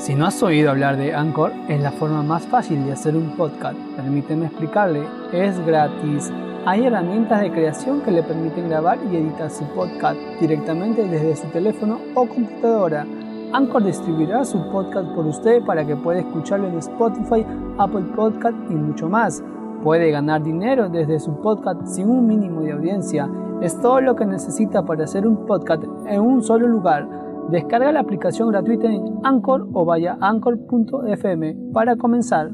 Si no has oído hablar de Anchor, es la forma más fácil de hacer un podcast. Permíteme explicarle, es gratis. Hay herramientas de creación que le permiten grabar y editar su podcast directamente desde su teléfono o computadora. Anchor distribuirá su podcast por usted para que pueda escucharlo en Spotify, Apple Podcast y mucho más. Puede ganar dinero desde su podcast sin un mínimo de audiencia. Es todo lo que necesita para hacer un podcast en un solo lugar. Descarga la aplicación gratuita en Anchor o vaya a anchor.fm para comenzar.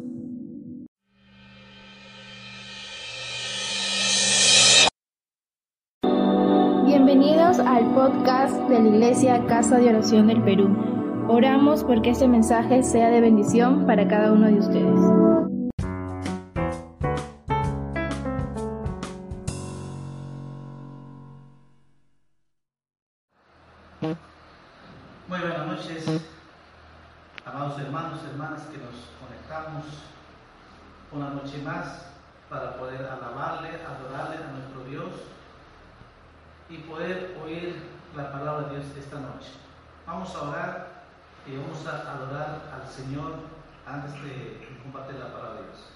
Bienvenidos al podcast de la Iglesia Casa de Oración del Perú. Oramos porque este mensaje sea de bendición para cada uno de ustedes. Muy buenas noches, amados hermanos y hermanas que nos conectamos una noche más para poder alabarle, adorarle a nuestro Dios y poder oír la palabra de Dios esta noche. Vamos a orar y vamos a adorar al Señor antes de compartir la palabra de Dios.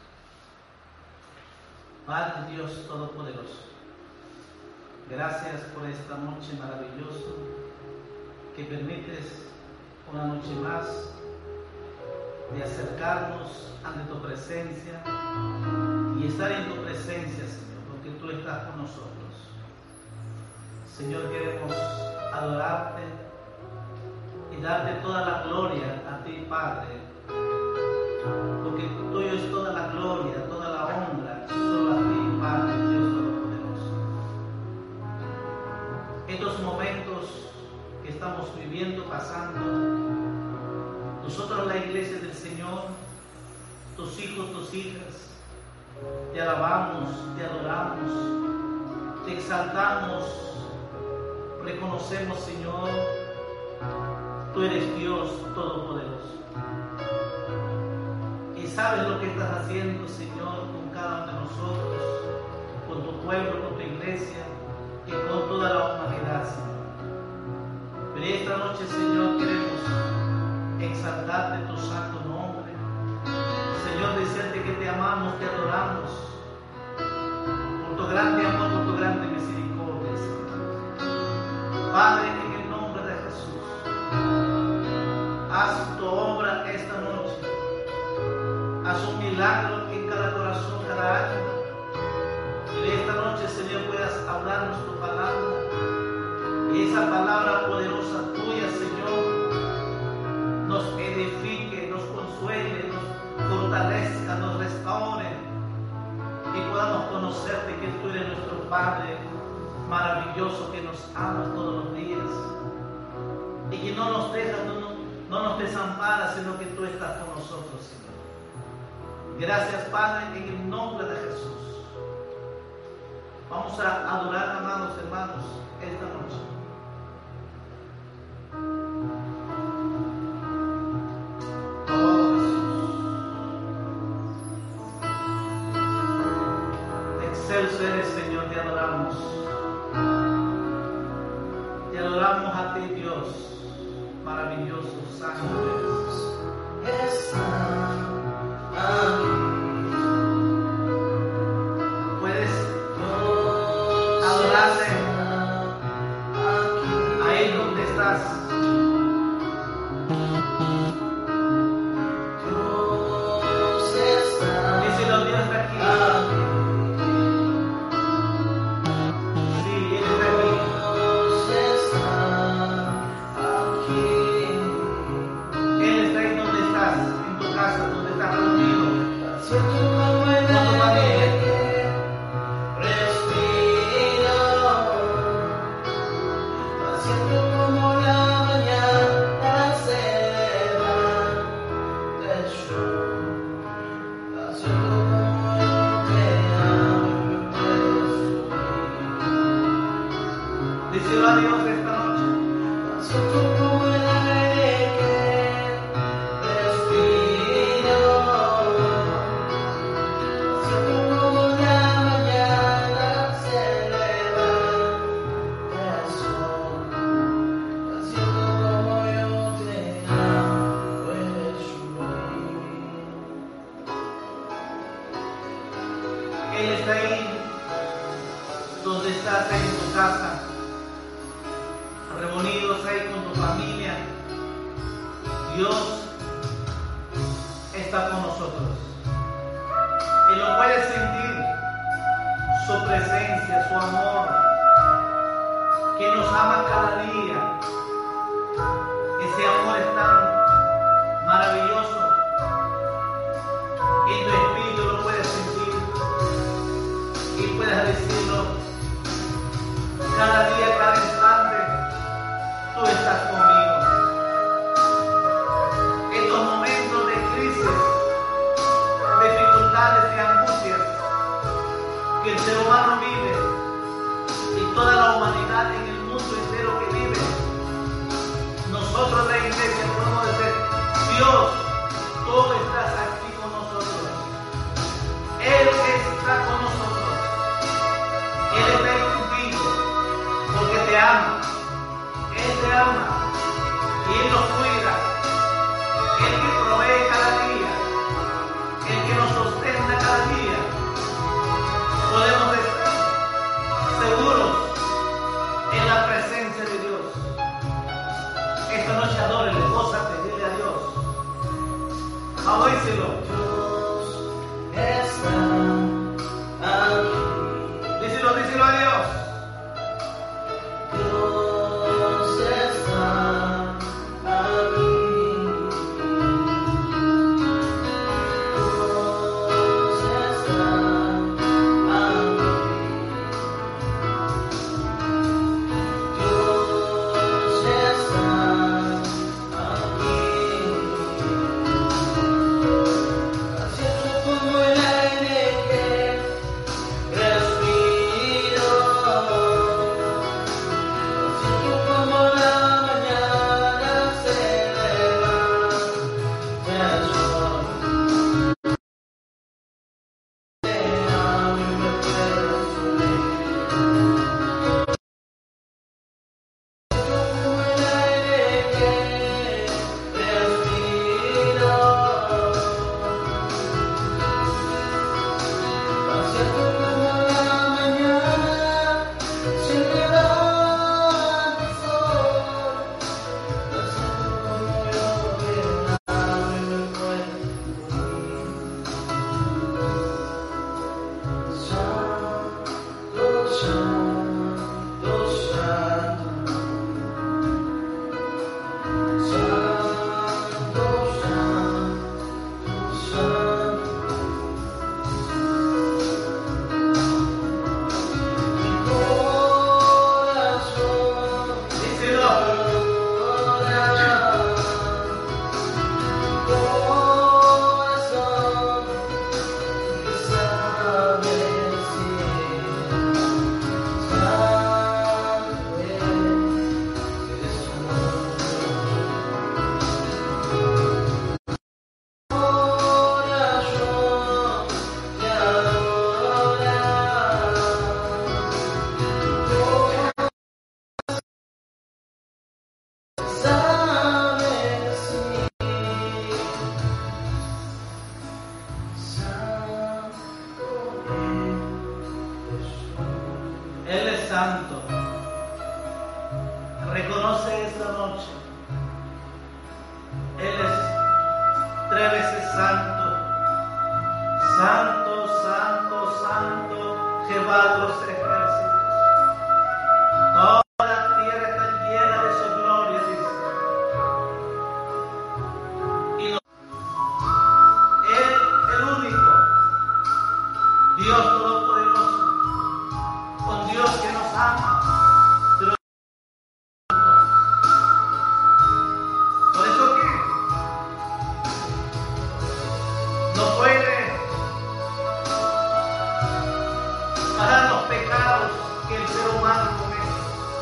Padre Dios Todopoderoso, gracias por esta noche maravillosa que permites una noche más de acercarnos ante tu presencia y estar en tu presencia, Señor, porque tú estás con nosotros. Señor, queremos adorarte y darte toda la gloria a ti, Padre, porque tuyo es toda la gloria, toda la honra, solo a ti, Padre, Dios Todopoderoso. Estos momentos que estamos viviendo, pasando, nosotros la iglesia del Señor, tus hijos, tus hijas, te alabamos, te adoramos, te exaltamos, reconocemos, Señor, tú eres Dios Todopoderoso y sabes lo que estás haciendo, Señor, con cada uno de nosotros, con tu pueblo, con tu iglesia y con toda la humanidad, Señor. Pero esta noche, Señor, queremos exaltarte tu santo nombre. Señor, decirte que te amamos, te adoramos por tu grande amor, por tu grande misericordia, Señor. Padre, en el nombre de Jesús, haz tu obra esta noche. Haz un milagro en cada corazón, cada alma. Y esta noche, Señor, puedas hablarnos tu palabra. Y esa palabra poderosa tuya, Señor, nos edifique, nos consuele, nos fortalezca, nos restaure y podamos conocerte que tú eres nuestro Padre maravilloso que nos ama todos los días y que no nos dejas, no nos desamparas, sino que tú estás con nosotros, Señor. Gracias, Padre, en el nombre de Jesús. Vamos a adorar, amados hermanos, esta noche. Excelso eres, Señor, te adoramos. Te adoramos a ti, Dios, maravilloso, santo eres. Puedes adorarle ahí donde estás. Díselo, Dios está aquí. Díselo a Dios esta noche. Él está ahí donde estás, ahí en tu casa, reunidos ahí con tu familia. Dios está con nosotros. Y lo puedes sentir, su presencia, su amor, que nos ama cada día. Ese amor es tan maravilloso. En tu espíritu lo puedes sentir y puedes decirlo cada día, cada instante. Tú estás conmigo. Estos momentos de crisis, dificultades y angustias que el ser humano vive y toda la humanidad en el mundo entero que vive, nosotros la iglesia podemos decir: Dios, tú estás aquí con nosotros. Él está con nosotros. Él está ahí contigo porque te ama. Él te ama y Él nos cuida. Él que provee cada día, Él que nos sostenta cada día. Podemos estar seguros en la presencia de Dios. Esta noche adórele, gózate, dile a Dios. Abóíselo. Díselo a Dios. Santo. Reconoce esta noche. Él es 3 veces santo. Santo, santo, santo, Jehová de los ejércitos. Toda la tierra está llena de su gloria, dice. Y Él, el único, Dios todopoderoso, con Dios que nos ama. Por eso que no puede pagar los pecados que el ser humano comete.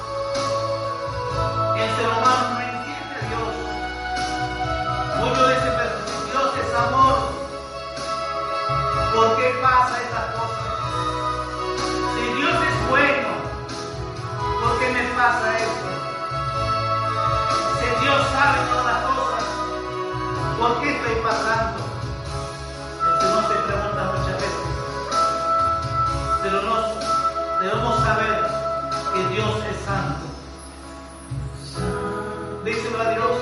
El ser humano no entiende a Dios. Muchos dicen, pero si Dios es amor, ¿por qué pasa estas cosas? Si Dios es bueno, ¿por qué me pasa esto? Si Dios sabe todas las cosas, ¿por qué estoy pasando? El Señor se pregunta muchas veces. Debemos saber que Dios es santo. Díselo a Dios.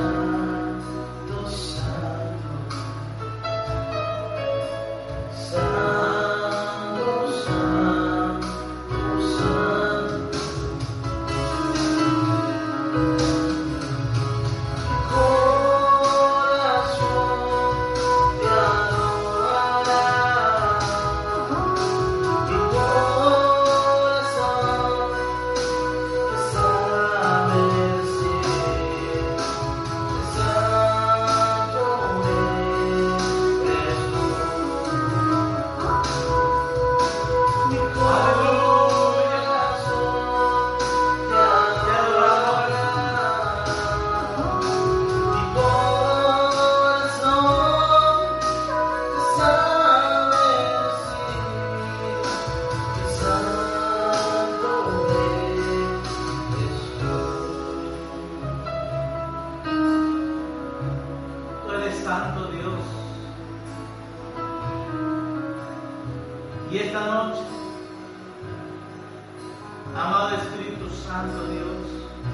Santo Dios. Y esta noche, amado Espíritu Santo Dios,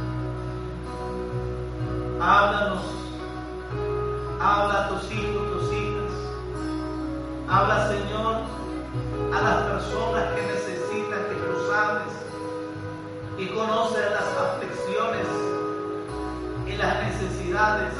háblanos, habla a tus hijos, tus hijas, habla, Señor, a las personas que necesitan que tú hables y conoces las aflicciones y las necesidades.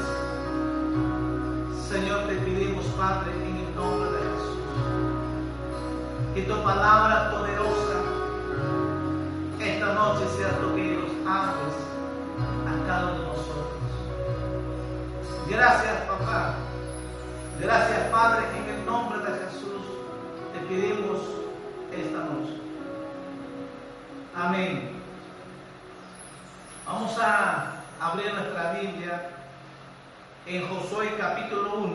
Señor, te pedimos, Padre, en el nombre de Jesús, que tu palabra poderosa esta noche sea tú que los hables a cada uno de nosotros. Gracias, papá. Gracias, Padre, en el nombre de Jesús te pedimos esta noche. Amén. Vamos a abrir nuestra Biblia en Josué capítulo 1,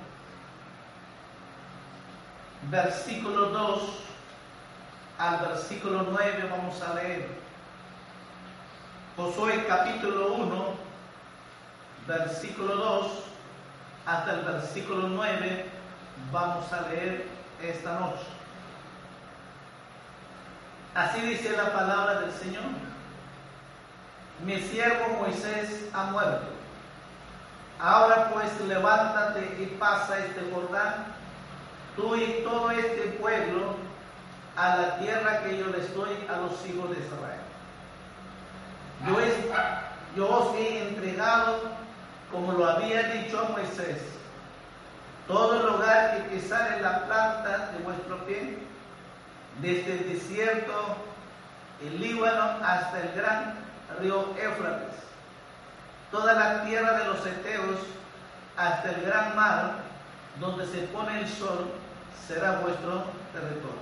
versículo 2 al versículo 9, vamos a leer. Josué capítulo 1, versículo 2 hasta el versículo 9, vamos a leer esta noche. Así dice la palabra del Señor. Mi siervo Moisés ha muerto. Ahora pues levántate y pasa este Jordán, tú y todo este pueblo, a la tierra que yo les doy a los hijos de Israel. Yo os he entregado, como lo había dicho a Moisés, todo el lugar que pisare la planta de vuestro pie, desde el desierto, el Líbano, hasta el gran río Éufrates, toda la tierra de los heteos, hasta el gran mar, donde se pone el sol, será vuestro territorio.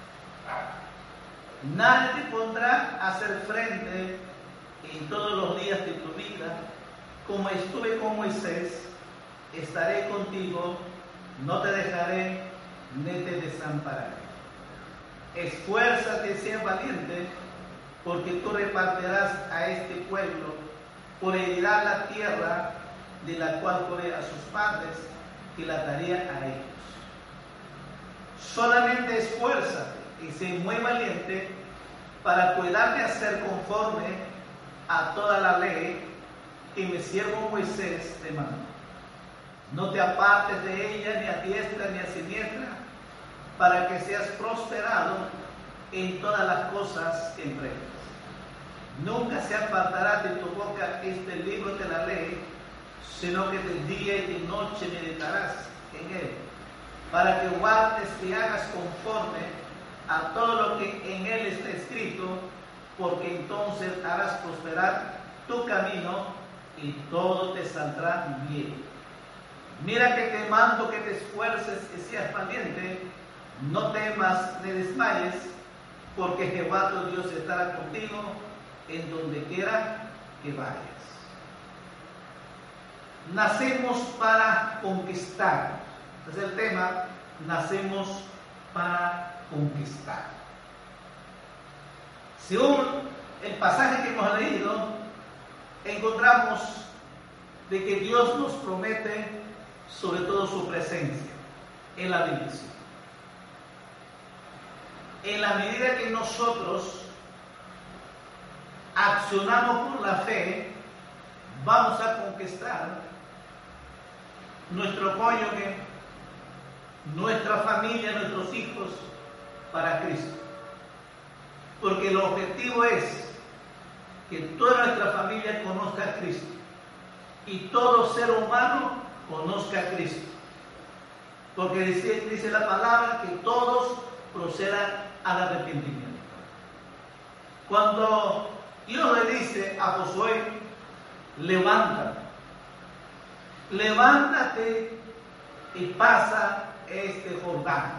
Nadie te pondrá a hacer frente en todos los días de tu vida. Como estuve con Moisés, estaré contigo, no te dejaré ni te desampararé. Esfuérzate y sé valiente, porque tú repartirás a este pueblo por heredar la tierra de la cual juré a sus padres que la daría a ellos. Solamente esfuérzate y sé muy valiente para cuidar de hacer conforme a toda la ley que mi siervo Moisés te mandó. No te apartes de ella ni a diestra ni a siniestra, para que seas prosperado en todas las cosas que emprendas. Nunca se apartará de tu boca este libro de la ley, sino que de día y de noche meditarás en él, para que guardes y hagas conforme a todo lo que en él está escrito, porque entonces harás prosperar tu camino y todo te saldrá bien. Mira que te mando que te esfuerces y seas valiente, no temas ni desmayes, porque Jehová tu Dios estará contigo en donde quiera que vayas. Nacemos para conquistar. Es el tema, nacemos para conquistar. Según el pasaje que hemos leído, encontramos de que Dios nos promete sobre todo su presencia en la bendición. en la medida que nosotros accionamos por la fe, vamos a conquistar nuestro cónyuge, nuestra familia, nuestros hijos para Cristo. Porque el objetivo es que toda nuestra familia conozca a Cristo y todo ser humano conozca a Cristo. Porque dice la palabra que todos procedan al arrepentimiento. Cuando Dios le dice a Josué, levántate y pasa este Jordán.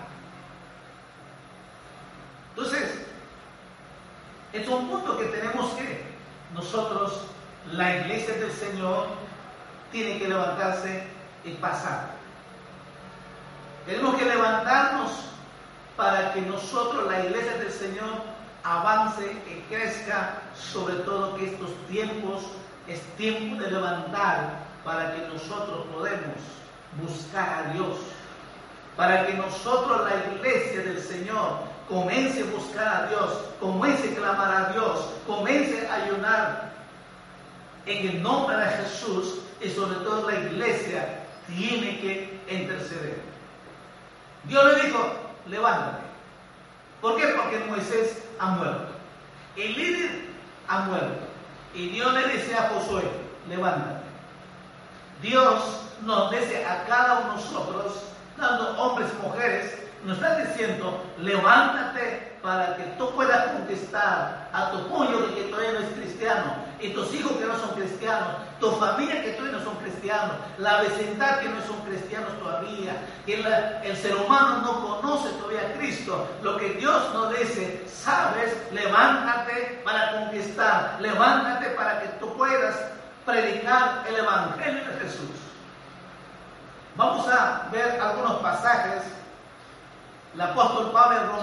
Entonces, es un punto que tenemos que nosotros, la iglesia del Señor, tiene que levantarse y pasar. Tenemos que levantarnos para que nosotros, la iglesia del Señor, avance y crezca, sobre todo que estos tiempos es tiempo de levantar para que nosotros podamos buscar a Dios, para que nosotros, la iglesia del Señor, comience a buscar a Dios, comience a clamar a Dios, comience a ayunar en el nombre de Jesús, y sobre todo la iglesia tiene que interceder. Dios le dijo, levántate. ¿Por qué? Porque Moisés ha muerto, el líder ha muerto, y Dios le dice a Josué, levántate. Dios nos dice a cada uno de nosotros, dando hombres y mujeres, nos está diciendo, levántate para que tú puedas conquistar a tu cónyuge que todavía no es cristiano, y tus hijos que no son cristianos, tu familia que todavía no son cristianos, la vecindad que no son cristianos todavía, que el ser humano no conoce todavía a Cristo. Lo que Dios nos dice, sabes, levántate para conquistar, levántate para que tú puedas predicar el Evangelio de Jesús. Vamos a ver algunos pasajes. El apóstol Pablo en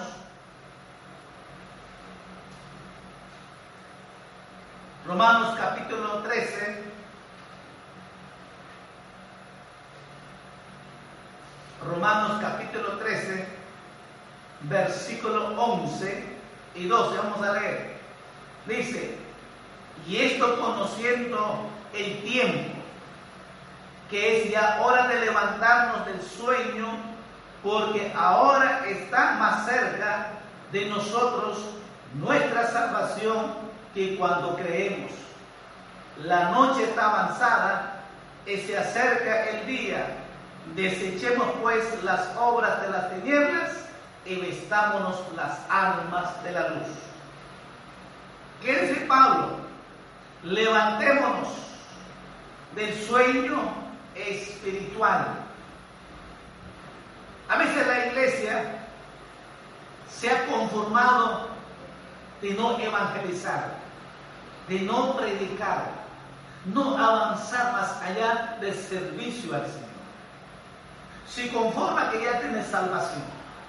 Romanos capítulo 13, Romanos capítulo 13, versículo 11 y 12, vamos a leer. Dice, y esto conociendo el tiempo, que es ya hora de levantarnos del sueño, porque ahora está más cerca de nosotros nuestra salvación que cuando creemos. La noche está avanzada y se acerca el día. Desechemos pues las obras de las tinieblas y vestámonos las armas de la luz. ¿Qué dice Pablo? Levantémonos del sueño espiritual. A veces la iglesia se ha conformado de no evangelizar, de no predicar, no avanzar más allá del servicio al Señor. Se conforma que ya tiene salvación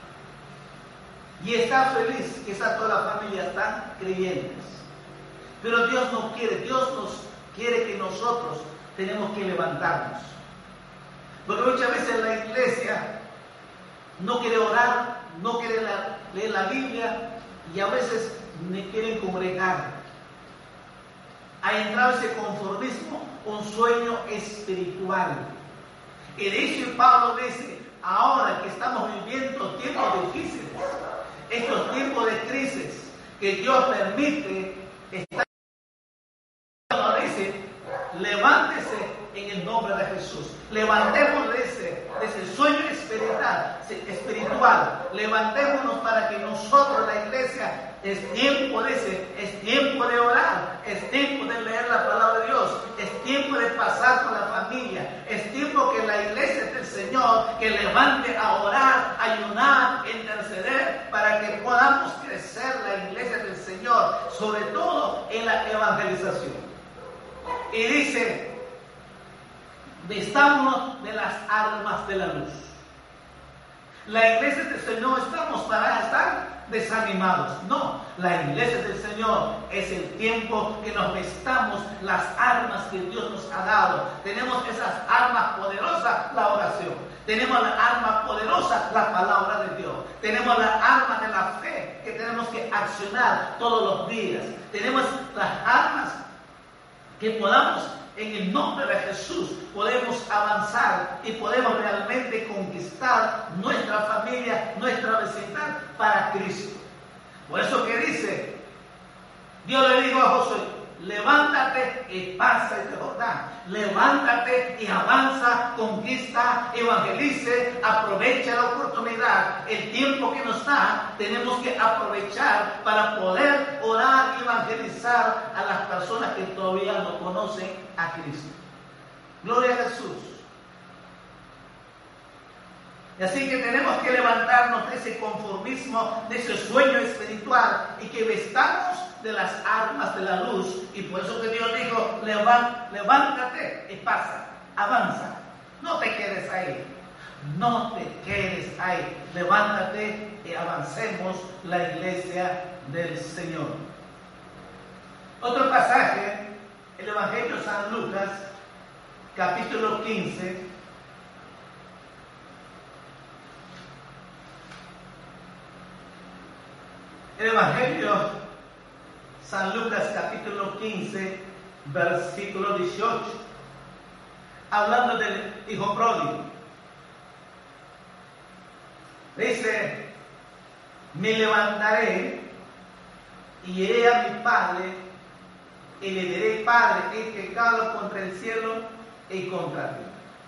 y está feliz que toda la familia están creyentes. Pero Dios no quiere, Dios nos quiere que nosotros tenemos que levantarnos. Porque muchas veces la iglesia no quiere orar, no quiere leer la Biblia y a veces ni quieren congregar. Ha entrado ese conformismo, un sueño espiritual. Y de hecho Pablo dice, ahora que estamos viviendo tiempos difíciles, estos tiempos de crisis que Dios permite, dice, levántese en el nombre de Jesús. Levantemos de ese sueño espiritual. Levantémonos para que nosotros, la iglesia, es tiempo de orar, es tiempo de leer la palabra de Dios, es tiempo de pasar con la familia, es tiempo que la iglesia del Señor que levante a orar, ayunar, interceder para que podamos crecer la iglesia del Señor, sobre todo en la evangelización. Y dice, vestámonos de las armas de la luz. La iglesia del Señor estamos para estar desanimados. No, la iglesia del Señor es el tiempo que nos vestamos las armas que Dios nos ha dado. Tenemos esas armas poderosas, la oración. Tenemos la arma poderosa, la palabra de Dios. Tenemos la arma de la fe que tenemos que accionar todos los días. Tenemos las armas que podamos, en el nombre de Jesús, podemos avanzar y podemos realmente conquistar nuestra familia, nuestra vecindad para Cristo. Por eso que dice, Dios le dijo a Josué, levántate y pasa este Jordán. Levántate y avanza, conquista, evangelice, aprovecha la oportunidad. El tiempo que nos da, tenemos que aprovechar para poder orar y evangelizar a las personas que todavía no conocen a Cristo. Gloria a Jesús. Y así que tenemos que levantarnos de ese conformismo, de ese sueño espiritual y que vestamos de las armas de la luz. Y por eso que Dios dijo, levántate y pasa, avanza. No te quedes ahí. No te quedes ahí. Levántate y avancemos la iglesia del Señor. Otro pasaje, el Evangelio de San Lucas, capítulo 15. El Evangelio San Lucas capítulo 15 versículo 18, hablando del hijo pródigo, dice, me levantaré y iré a mi padre y le diré, Padre, he pecado contra el cielo y contra ti.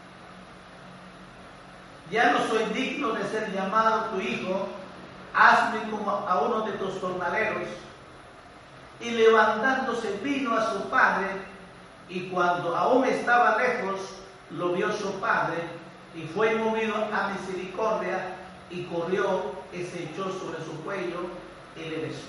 Ya no soy digno de ser llamado tu hijo. Hazme como a uno de tus jornaleros. Y levantándose vino a su padre, y cuando aún estaba lejos, lo vio su padre, y fue movido a misericordia, y corrió y se echó sobre su cuello y le besó.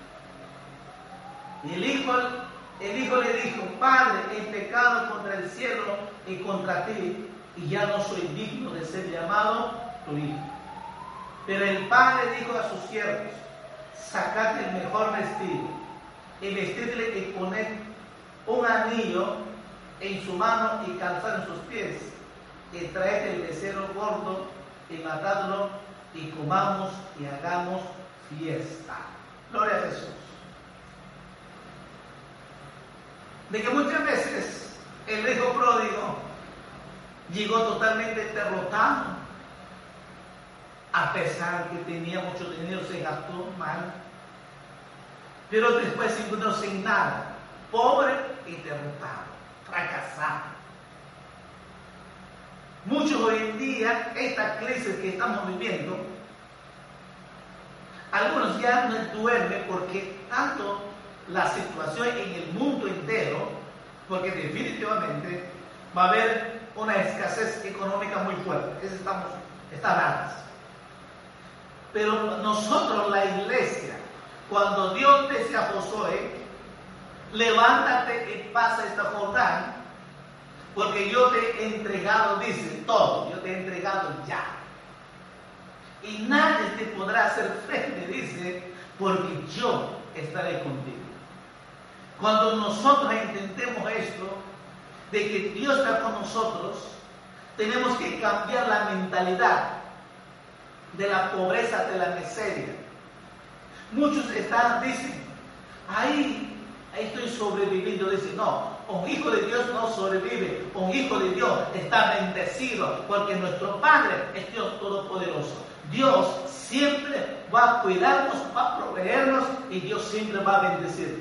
Y el hijo le dijo, Padre, he pecado contra el cielo y contra ti, y ya no soy digno de ser llamado tu hijo. Pero el padre dijo a sus siervos, sacad el mejor vestido, y vestidle y poned un anillo en su mano y calzad en sus pies, y traed el becerro gordo y matadlo, y comamos y hagamos fiesta. Gloria a Jesús. De que muchas veces el hijo pródigo llegó totalmente derrotado. A pesar que tenía mucho dinero, se gastó mal. Pero después se encontró sin nada, pobre y derrotado, fracasado. Muchos hoy en día, esta crisis que estamos viviendo, algunos ya no duermen porque tanto la situación en el mundo entero, porque definitivamente va a haber una escasez económica muy fuerte. Está dadas. Pero nosotros, la iglesia, cuando Dios dice a Josué, levántate y pasa esta Jordán, porque yo te he entregado, dice, todo, yo te he entregado ya. Y nadie te podrá hacer frente, dice, porque yo estaré contigo. Cuando nosotros entendemos esto, de que Dios está con nosotros, tenemos que cambiar la mentalidad de la pobreza, de la miseria. Muchos dicen, ahí estoy sobreviviendo. Dicen, no, un hijo de Dios no sobrevive. Un hijo de Dios está bendecido porque nuestro Padre es Dios Todopoderoso. Dios siempre va a cuidarnos, va a proveernos y Dios siempre va a bendecir.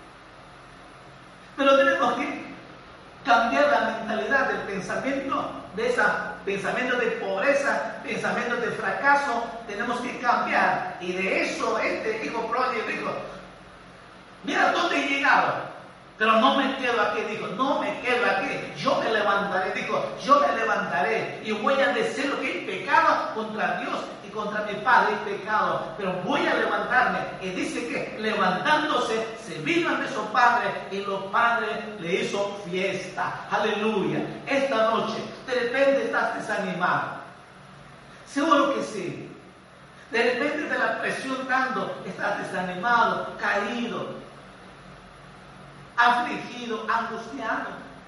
Pero tenemos que cambiar la mentalidad del pensamiento, de ese pensamiento de pobreza, pensamiento de fracaso. Tenemos que cambiar. Y de eso este hijo pródigo dijo, mira dónde he llegado, pero no me quedo aquí. Dijo, no me quedo aquí, yo me levantaré. Dijo, yo me levantaré y voy a decir lo que he pecado contra Dios y contra mi padre he pecado, pero voy a levantarme. Y dice que levantándose se vino ante su padre y los padres le hizo fiesta. Aleluya. Esta noche de repente estás desanimado, seguro que sí. De repente de la presión tanto, estás desanimado, caído, afligido, angustiado.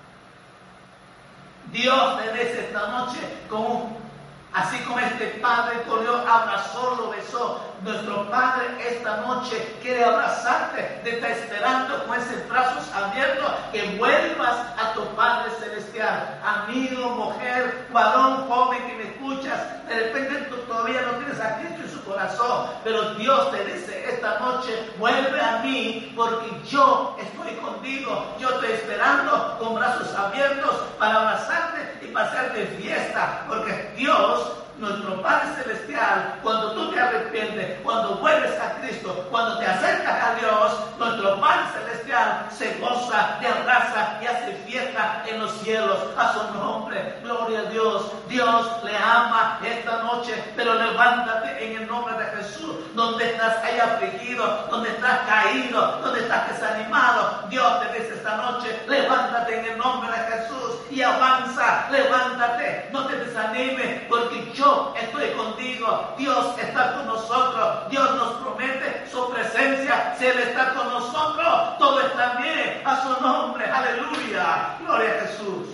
Dios te dice esta noche, así como este Padre corrió, abrazó, lo besó. Nuestro Padre esta noche quiere abrazarte, te está esperando con esos brazos abiertos, que vuelvas a tu Padre Celestial. Amigo, mujer, varón, joven que me escuchas, de repente tú todavía no tienes a Cristo en su corazón, pero Dios te dice esta noche, vuelve a mí, porque yo estoy contigo. Yo estoy esperando con brazos abiertos para abrazarte y para hacerte fiesta, porque Dios, nuestro Padre Celestial, cuando tú te arrepientes, cuando vuelves a Cristo, cuando te acercas a Dios, nuestro Padre Celestial se goza, te abraza y hace fiesta en los cielos a su nombre. Gloria a Dios. Dios le ama esta noche, pero levántate en el nombre de Jesús. Donde estás ahí afligido, donde estás caído, donde estás desanimado, Dios te dice esta noche, levántate en el nombre de Jesús y avanza, levántate, no te desanimes, porque yo estoy contigo. Dios está con nosotros. Dios nos promete su presencia. Si Él está con nosotros, todo está bien. A su nombre, aleluya. Gloria a Jesús.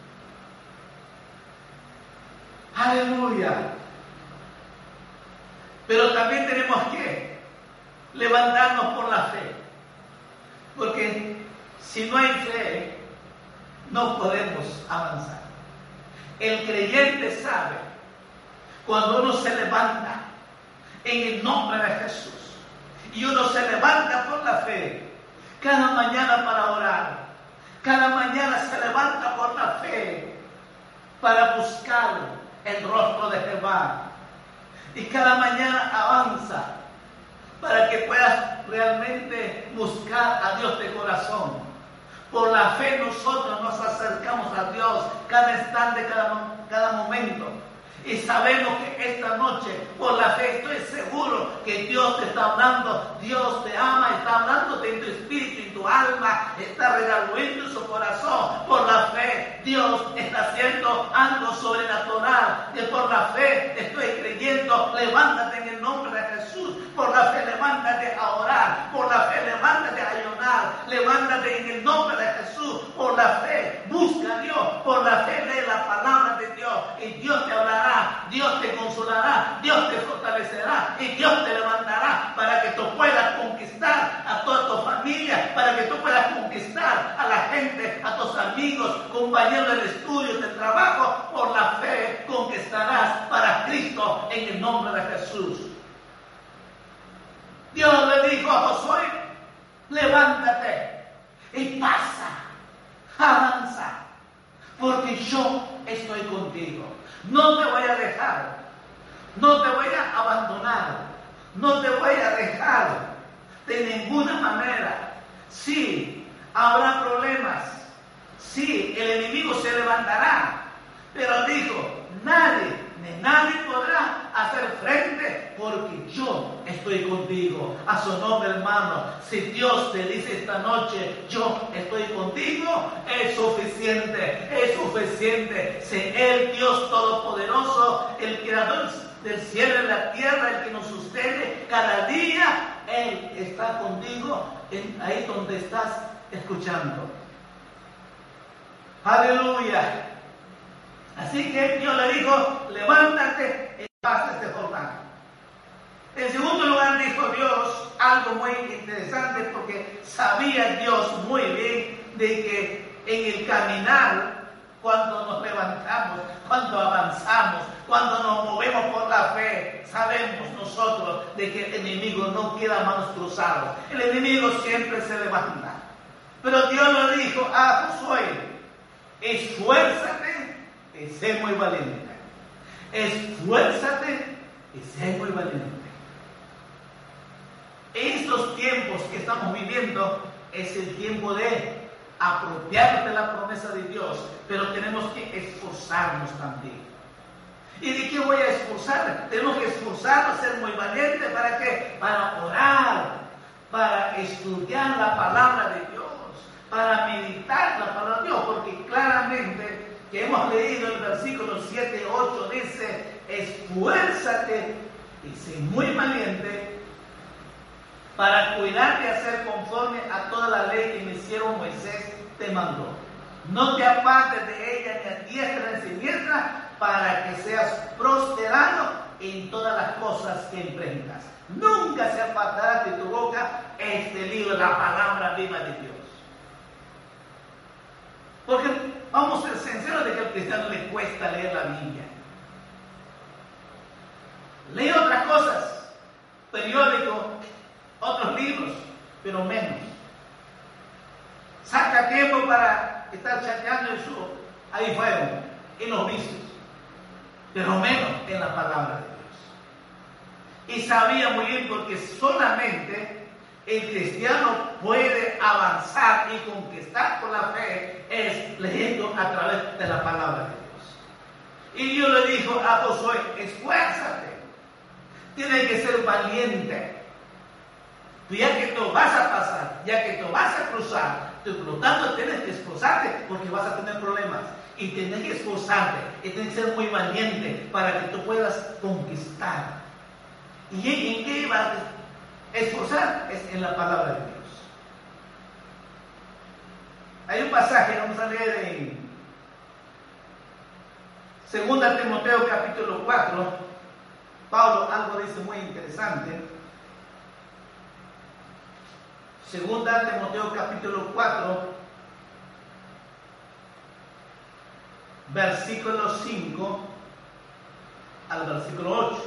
Aleluya. Pero también tenemos que levantarnos por la fe. Porque si no hay fe, no podemos avanzar. El creyente sabe, cuando uno se levanta en el nombre de Jesús y uno se levanta por la fe, cada mañana para orar, cada mañana se levanta por la fe para buscar el rostro de Jehová, y cada mañana avanza para que puedas realmente buscar a Dios de corazón. Por la fe nosotros nos acercamos a Dios cada instante, cada momento. Y sabemos que esta noche, por la fe, estoy seguro que Dios te está hablando. Dios te ama, está hablándote en tu espíritu, en tu alma, está redarguyendo en su corazón. Por la fe, Dios está haciendo algo sobrenatural. Y por la fe estoy creyendo. Levántate en el nombre de Jesús. Por la fe, levántate a orar. Por la fe, levántate a ayunar. Levántate en el nombre de Jesús. Por la fe, busca a Dios. Por la fe, lee la palabra de Dios. Y Dios te hablará. Dios te consolará, Dios te fortalecerá y Dios te levantará para que tú puedas conquistar a toda tu familia, para que tú puedas conquistar a la gente, a tus amigos, compañeros del estudio, del trabajo. Por la fe conquistarás para Cristo en el nombre de Jesús. Dios le dijo a Josué, levántate y pasa, avanza, porque yo estoy contigo. No te voy a dejar, no te voy a abandonar, no te voy a dejar de ninguna manera. Sí, habrá problemas, sí, el enemigo se levantará, pero dijo, nadie podrá hacer frente porque yo estoy contigo. A su nombre, hermano. Si Dios te dice esta noche, yo estoy contigo, es suficiente, es suficiente. Si el Dios Todopoderoso, el Creador del cielo y la tierra, el que nos sostiene cada día, Él está contigo ahí donde estás escuchando. Aleluya. Así que Dios le dijo, levántate y pasa este Jordán. En segundo lugar dijo Dios algo muy interesante, porque sabía Dios muy bien de que en el caminar, cuando nos levantamos, cuando avanzamos, cuando nos movemos por la fe, sabemos nosotros de que el enemigo no queda manos cruzadas. El enemigo siempre se levanta. Pero Dios le dijo a Josué, esfuérzate y sé muy valiente. Esfuérzate y sé muy valiente. Estos tiempos que estamos viviendo es el tiempo de apropiarnos de la promesa de Dios, pero tenemos que esforzarnos también. ¿Y de qué voy a esforzar? Tenemos que esforzarnos, ser muy valientes. ¿Para qué? Para orar, para estudiar la palabra de Dios, para meditar la palabra de Dios, porque claramente que hemos leído el versículo 7 y 8 dice, esfuérzate y sé muy valiente para cuidar de hacer conforme a toda la ley que mi siervo Moisés te mandó. No te apartes de ella ni a diestra ni a siniestra, para que seas prosperado en todas las cosas que emprendas. Nunca se apartará de tu boca este libro, la palabra viva de Dios. Porque vamos a ser sinceros de que al cristiano le cuesta leer la Biblia. Lee otras cosas, periódicos, otros libros, pero menos. Saca tiempo para estar chateando en su iPhone, en los vicios, pero menos en la palabra de Dios. Y sabía muy bien, porque solamente el cristiano puede avanzar y conquistar por la fe es leyendo a través de la palabra de Dios. Y Dios le dijo a Josué: esfuérzate, tienes que ser valiente. Tú ya que tú vas a pasar, ya que tú vas a cruzar, tú, por lo tanto tienes que esforzarte, porque vas a tener problemas. Y tienes que esforzarte, y tienes que ser muy valiente para que tú puedas conquistar. ¿Y en qué vas a esforzar? Es en la palabra de Dios. Hay un pasaje, vamos a leer en 2 Timoteo capítulo 4. Pablo algo dice muy interesante. 2 Timoteo capítulo 4, versículo 5 al versículo 8.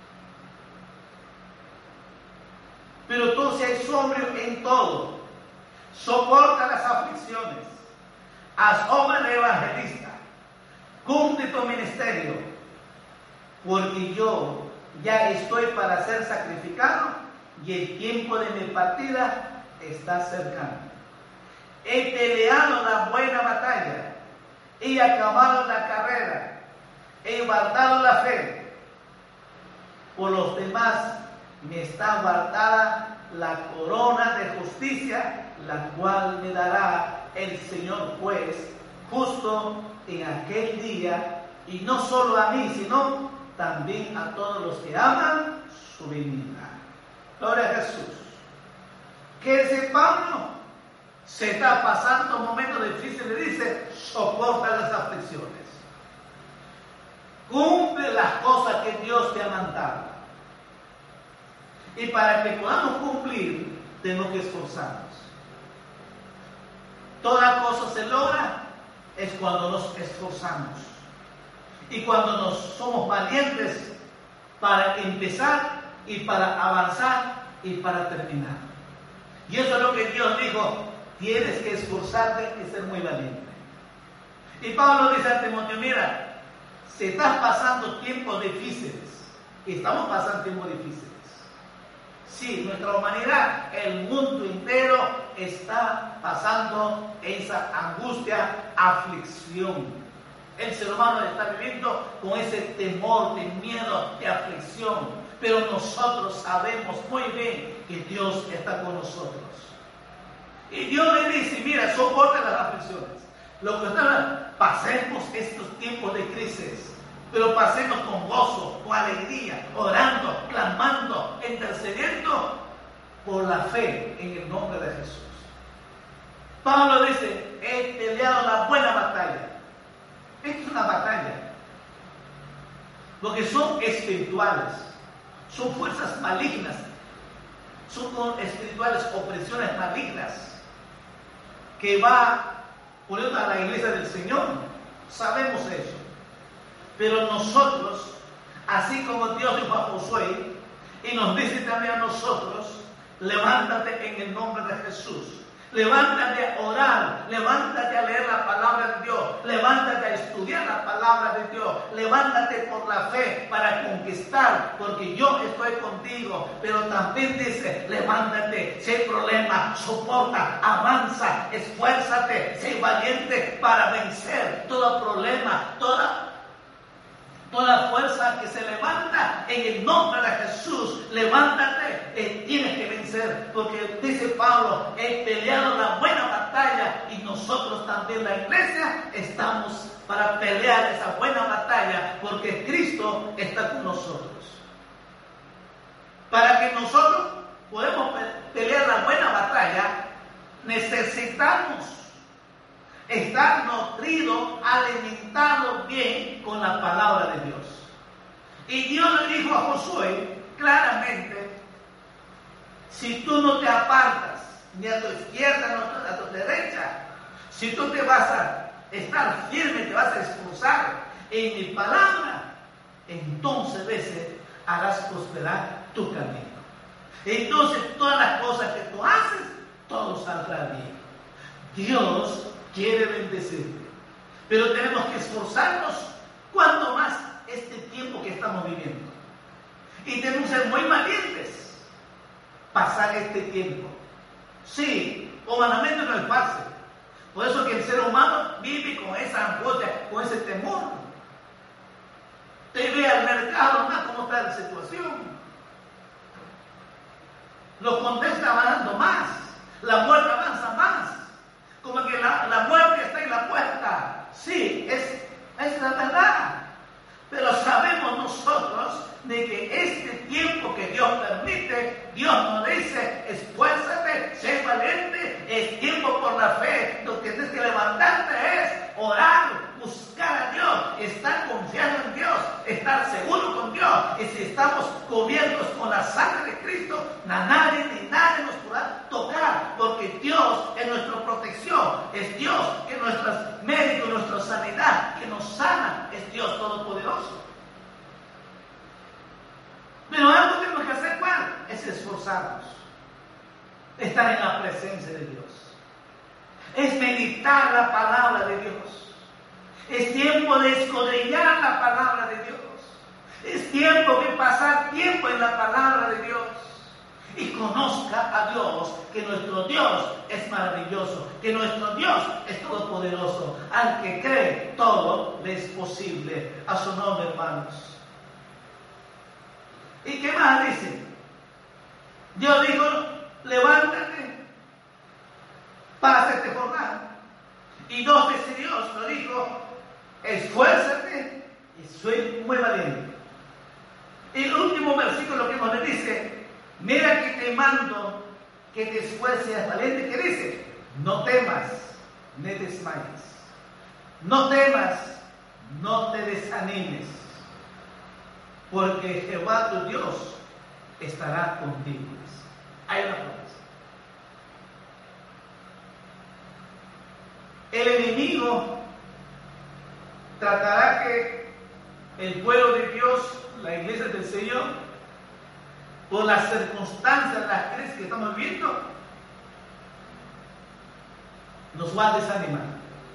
Pero tú seas sobrio en todo, soporta las aflicciones, haz obra de evangelista, cumple tu ministerio, porque yo ya estoy para ser sacrificado y el tiempo de mi partida está cercano. He peleado la buena batalla, he acabado la carrera, he guardado la fe. Por los demás me está guardada la corona de justicia, la cual me dará el Señor juez justo en aquel día, y no solo a mí, sino también a todos los que aman su venida. Gloria a Jesús. Que ese Pablo se está pasando momentos difíciles, le dice: soporta las aflicciones, cumple las cosas que Dios te ha mandado. Y para que podamos cumplir, tenemos que esforzarnos. Toda cosa se logra es cuando nos esforzamos y cuando nos somos valientes para empezar y para avanzar y para terminar. Y eso es lo que Dios dijo: tienes que esforzarte y ser muy valiente. Y Pablo dice a Timoteo: mira, si estás pasando tiempos difíciles, y estamos pasando tiempos difíciles. Sí, nuestra humanidad, el mundo entero está pasando esa angustia, aflicción. El ser humano está viviendo con ese temor, de miedo, de aflicción. Pero nosotros sabemos muy bien que Dios está con nosotros. Y Dios le dice: mira, soporta las aflicciones. Lo que está, pasemos estos tiempos de crisis, pero pasemos con gozo, con alegría, orando, clamando, intercediendo por la fe en el nombre de Jesús. Pablo dice: he peleado la buena batalla. Esta es una batalla, porque son espirituales, son fuerzas malignas, son espirituales, opresiones malignas que va poniendo a la iglesia del Señor. Sabemos eso. Pero nosotros, así como Dios dijo a Josué, y nos dice también a nosotros: levántate en el nombre de Jesús, levántate a orar, levántate a leer la palabra de Dios, levántate a estudiar la palabra de Dios, levántate por la fe para conquistar, porque yo estoy contigo. Pero también dice: levántate, si hay problema, soporta, avanza, esfuérzate, sé valiente para vencer todo problema, toda fuerza que se levanta en el nombre de Jesús. Levántate, tienes que vencer, porque dice Pablo: he peleado la buena batalla. Y nosotros también, la iglesia, estamos para pelear esa buena batalla, porque Cristo está con nosotros. Para que nosotros podamos pelear la buena batalla, necesitamos estar nutridos, alimentados bien con la palabra de Dios. Y Dios le dijo a Josué claramente: si tú no te apartas ni a tu izquierda ni a tu derecha, si tú te vas a estar firme, te vas a esforzar en mi palabra, entonces harás prosperar tu camino. Entonces todas las cosas que tú haces, todo saldrá bien. Dios quiere bendecirte, pero tenemos que esforzarnos cuanto más este tiempo que estamos viviendo. Y tenemos que ser muy valientes pasar este tiempo. Sí, humanamente no es fácil. Por eso que el ser humano vive con esa angustia, con ese temor. Te ve al mercado, ¿no? ¿Cómo está la situación? Los contentos van dando más, la muerte avanza más, como que la muerte está en la puerta. Sí, es la verdad, pero sabemos nosotros de que este tiempo que Dios permite, Dios nos dice: esfuérzate, sé valiente, es tiempo por la fe. Lo que tienes que levantarte es orar, buscar a Dios, estar confiando en Dios, estar seguro con Dios. Y si estamos cubiertos con la sangre de Cristo, nadie ni nadie nos podrá tocar, porque Dios es nuestra protección, es Dios que es nuestro médico, nuestra sanidad, que nos sana, es Dios Todopoderoso. Pero algo tenemos que hacer, ¿cuál? Es esforzarnos, estar en la presencia de Dios, es meditar la palabra de Dios, es tiempo de escudriñar la palabra de Dios, es tiempo de pasar tiempo en la palabra de Dios y conozca a Dios, que nuestro Dios es maravilloso, que nuestro Dios es todopoderoso. Al que cree, todo le es posible. A su nombre, hermanos. ¿Y qué más dice? Dios dijo: levántate para hacerte jornada. Y dos veces Dios lo dijo: esfuérzate y soy muy valiente. Y el último versículo que nos dice: mira que te mando que te esfuerces y seas valiente. ¿Qué dice? No temas, ni desmayes. No temas, no te desanimes, porque Jehová tu Dios estará contigo. Hay una promesa. El enemigo tratará que el pueblo de Dios, la iglesia del Señor, por las circunstancias, las crisis que estamos viviendo, nos va a desanimar.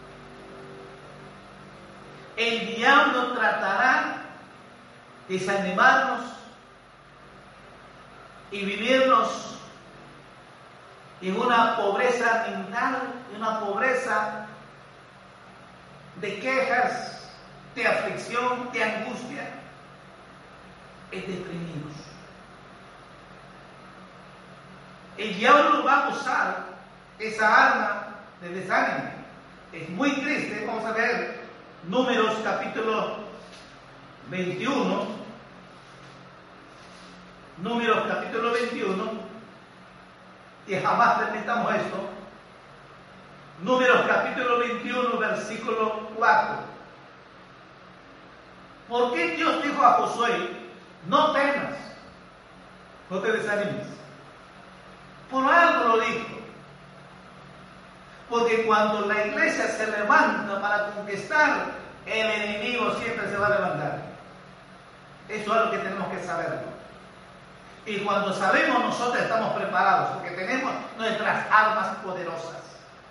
El diablo tratará de desanimarnos y vivirnos en una pobreza mental, en una pobreza de quejas, de aflicción, de angustia, es deprimidos. El diablo va a usar esa arma de desánimo. Es muy triste. Vamos a ver Números capítulo 21. Números capítulo 21. Y jamás permitamos esto. Números capítulo 21, versículo 4. ¿Por qué Dios dijo a Josué: no temas, no te desanimes? Por algo lo dijo. Porque cuando la iglesia se levanta para conquistar, el enemigo siempre se va a levantar. Eso es lo que tenemos que saber. Y cuando sabemos, nosotros estamos preparados, porque tenemos nuestras armas poderosas.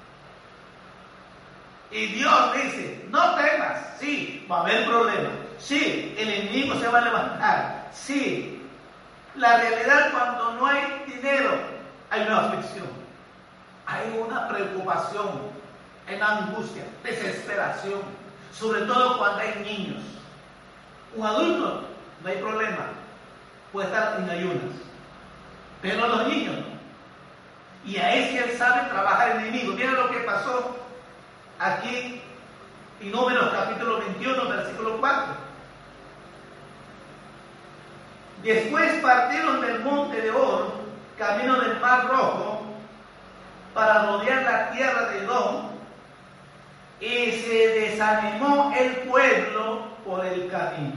Y Dios dice: no temas. Sí, va a haber problemas. Sí, el enemigo se va a levantar. Sí, la realidad, cuando no hay dinero, hay una aflicción, hay una preocupación, hay una angustia, desesperación, sobre todo cuando hay niños. Un adulto no hay problema, puede estar en ayunas, pero los niños no. Y a ese él sabe trabajar el enemigo. Mira lo que pasó aquí en Números capítulo 21, versículo 4. Después partieron del monte de Or, camino del Mar Rojo, para rodear la tierra de Edom, y se desanimó el pueblo por el camino.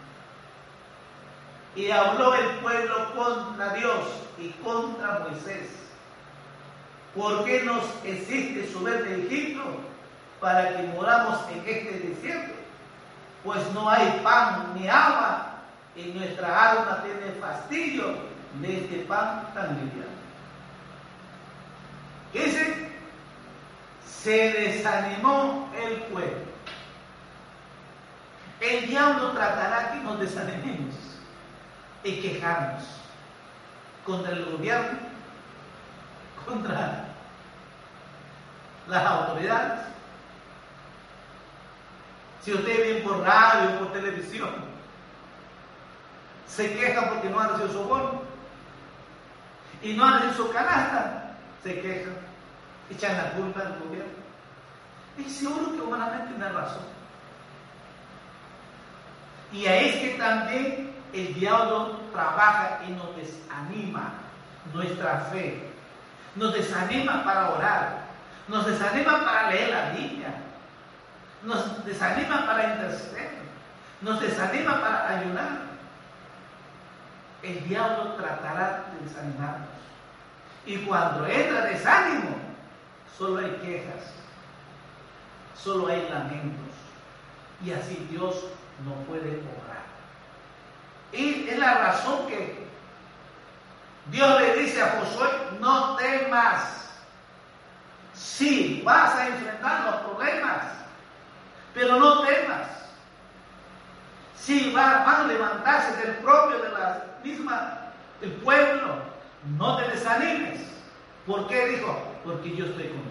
Y habló el pueblo contra Dios y contra Moisés. ¿Por qué nos hiciste subir de Egipto para que moramos en este desierto? Pues no hay pan ni agua, y nuestra alma tiene fastidio de este pan tan liviano. Dice, se desanimó el pueblo. El diablo tratará que nos desanimemos y quejarnos contra el gobierno, contra las autoridades. Si usted ve por radio o por televisión, se quejan porque no han recibido su bono y no han recibido su canasta, se quejan, echan la culpa al gobierno. Y seguro que humanamente tiene razón. Y ahí es que también el diablo trabaja y nos desanima nuestra fe, nos desanima para orar, nos desanima para leer la Biblia, nos desanima para interceder, nos desanima para ayunar. El diablo tratará de desanimarnos. Y cuando entra desánimo, solo hay quejas, solo hay lamentos. Y así Dios no puede obrar. Y es la razón que Dios le dice a Josué, no temas. Sí, vas a enfrentar los problemas, pero no temas. Sí, van a levantarse del propio de la misma, el pueblo. No te desanimes. ¿Por qué? Dijo, porque yo estoy contigo.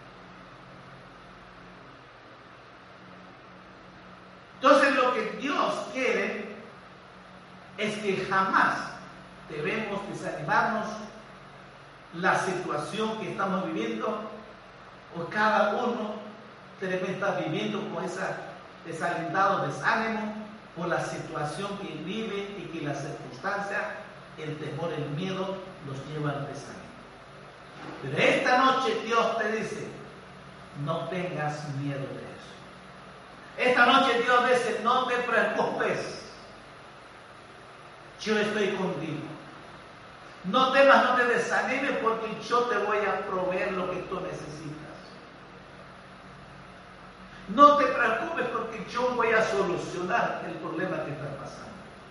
Entonces lo que Dios quiere es que jamás debemos desanimarnos la situación que estamos viviendo, o cada uno debe estar viviendo con esa desalentado desánimo por la situación que vive y que la circunstancia, el temor, el miedo los lleva al desánimo. Pero esta noche Dios te dice, no tengas miedo de eso. Esta noche Dios dice, no te preocupes, yo estoy contigo. No temas, no te desanimes, porque yo te voy a proveer lo que tú necesitas. No te preocupes, porque yo voy a solucionar el problema que está pasando.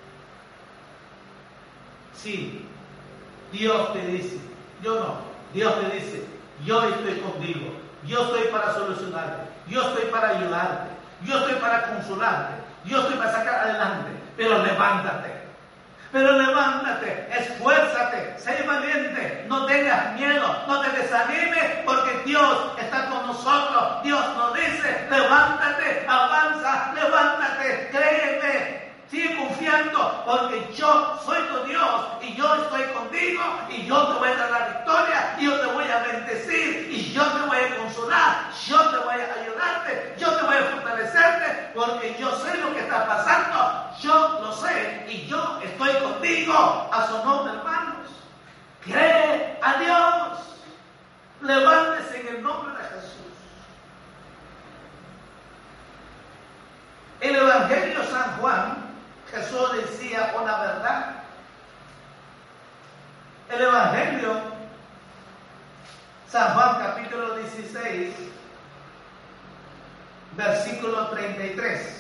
Sí, Dios te dice, yo no, Dios te dice, yo estoy contigo, yo estoy para solucionarte, yo estoy para ayudarte, yo estoy para consolarte, yo estoy para sacar adelante, pero levántate. Pero levántate, esfuérzate, sé valiente, no tengas miedo, no te desanimes, porque Dios está con nosotros. Dios nos dice, levántate, avanza, levántate, créeme, sigue confiando, porque yo soy tu Dios y yo estoy contigo y yo te voy a dar la victoria y yo te voy a bendecir y yo te voy a consolar, yo te voy a ayudarte, yo te voy a fortalecerte, porque yo sé lo que está pasando. Yo lo sé y yo estoy contigo. A su nombre, hermanos. Cree a Dios. Levántese en el nombre de Jesús. En el Evangelio de San Juan, Jesús decía una verdad. El Evangelio San Juan capítulo 16, versículo 33.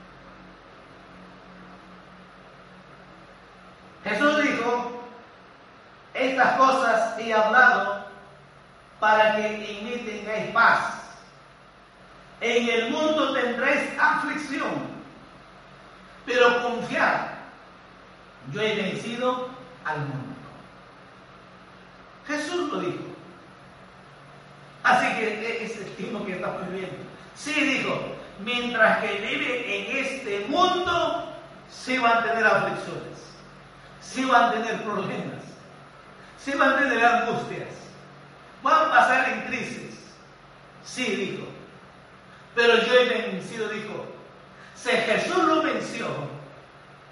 Jesús dijo, estas cosas he hablado para que en mí tengáis paz. En el mundo tendréis aflicción, pero confiad, yo he vencido al mundo. Jesús lo dijo. Así que es el tiempo que estamos viviendo. Sí, dijo, mientras que vive en este mundo, sí van a tener aflicciones. Sí van a tener problemas, sí van a tener angustias, van a pasar en crisis. Sí, dijo, pero yo he vencido, dijo. Si Jesús lo venció,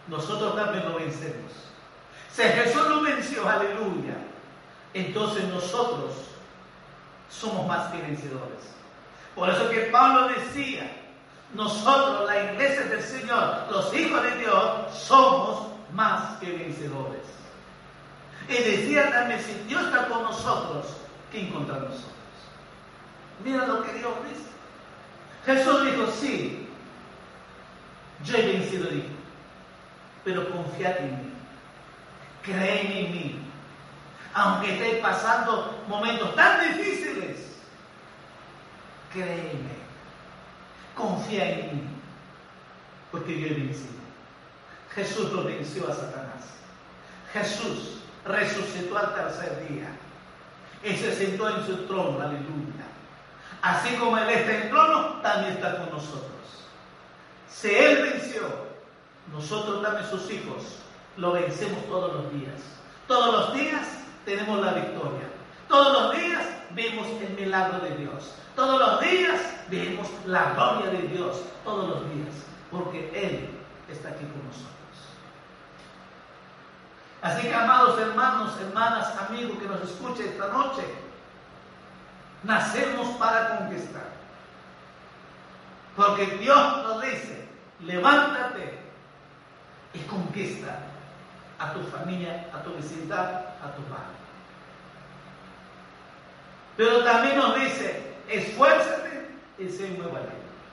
nosotros también lo vencemos. Si Jesús lo venció, aleluya, entonces nosotros somos más que vencedores. Por eso que Pablo decía, nosotros, la iglesia del Señor, los hijos de Dios, somos más que vencedores. Y decía también, si Dios está con nosotros, ¿quién contra nosotros? Mira lo que Dios dice. Jesús dijo, sí, yo he vencido, dijo, pero confiad en mí, creed en mí. Aunque estéis pasando momentos tan difíciles, créeme, confía en mí, porque yo he vencido. Jesús lo venció a Satanás. Jesús resucitó al tercer día y se sentó en su trono, aleluya. Así como Él está en el trono, también está con nosotros. Si Él venció, nosotros también sus hijos lo vencemos todos los días. Todos los días tenemos la victoria. Todos los días vemos el milagro de Dios. Todos los días vemos la gloria de Dios. Todos los días. Porque Él está aquí con nosotros. Así que, amados hermanos, hermanas, amigos que nos escuchen esta noche, nacemos para conquistar. Porque Dios nos dice, levántate y conquista a tu familia, a tu vecindad, a tu barrio. Pero también nos dice, esfuérzate y sé muy valiente.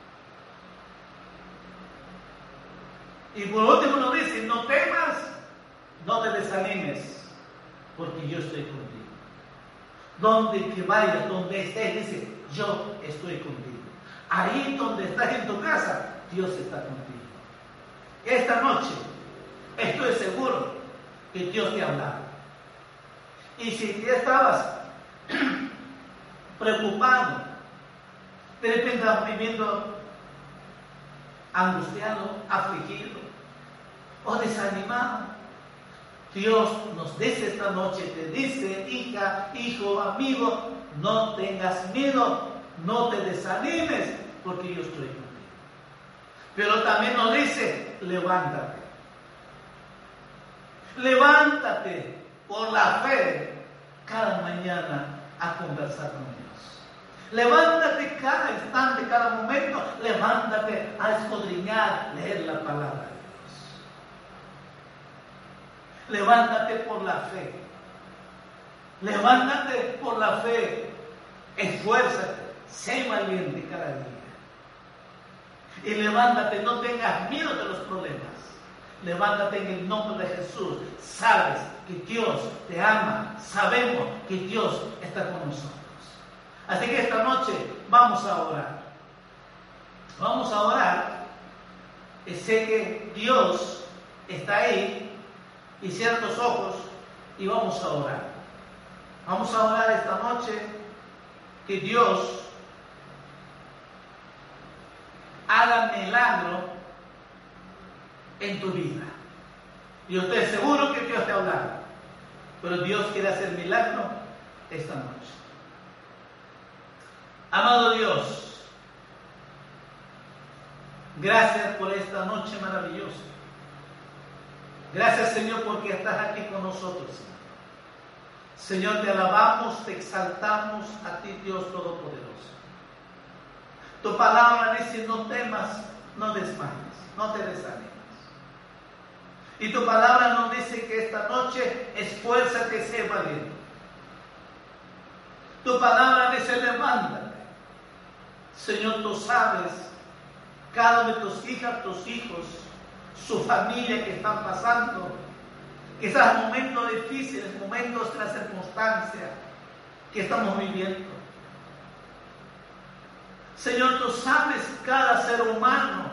Y por último nos dice, no temas, no te desanimes, porque yo estoy contigo. Donde que vayas, donde estés, dice, yo estoy contigo. Ahí donde estás en tu casa, Dios está contigo. Esta noche estoy seguro que Dios te ha hablado. Y si te estabas preocupado, de repente estás viviendo angustiado, afligido o desanimado, Dios nos dice esta noche, te dice, hija, hijo, amigo, no tengas miedo, no te desanimes, porque yo estoy contigo. Pero también nos dice, levántate. Levántate por la fe cada mañana a conversar con Dios. Levántate cada instante, cada momento, levántate a escudriñar, leer la palabra de Dios. Levántate por la fe. Levántate por la fe. Esfuérzate, sé valiente cada día. Y levántate, no tengas miedo de los problemas. Levántate en el nombre de Jesús. Sabes que Dios te ama. Sabemos que Dios está con nosotros. Así que esta noche vamos a orar. Vamos a orar. Y sé que Dios está ahí. Y cierra tus ojos y vamos a orar. Vamos a orar esta noche que Dios haga milagro en tu vida. Yo estoy seguro que Dios te ha hablado, pero Dios quiere hacer milagro esta noche. Amado Dios, gracias por esta noche maravillosa. Gracias, Señor, porque estás aquí con nosotros, Señor. Señor, te alabamos, te exaltamos a ti, Dios Todopoderoso. Tu palabra dice, no temas, no desmayes, no te desanimes. Y tu palabra nos dice que esta noche esfuérzate, sé valiente. Tu palabra dice, levántate. Señor, tú sabes cada de tus hijas, tus hijos, su familia que están pasando, quizás momentos difíciles, momentos de la circunstancia que estamos viviendo. Señor, tú sabes cada ser humano,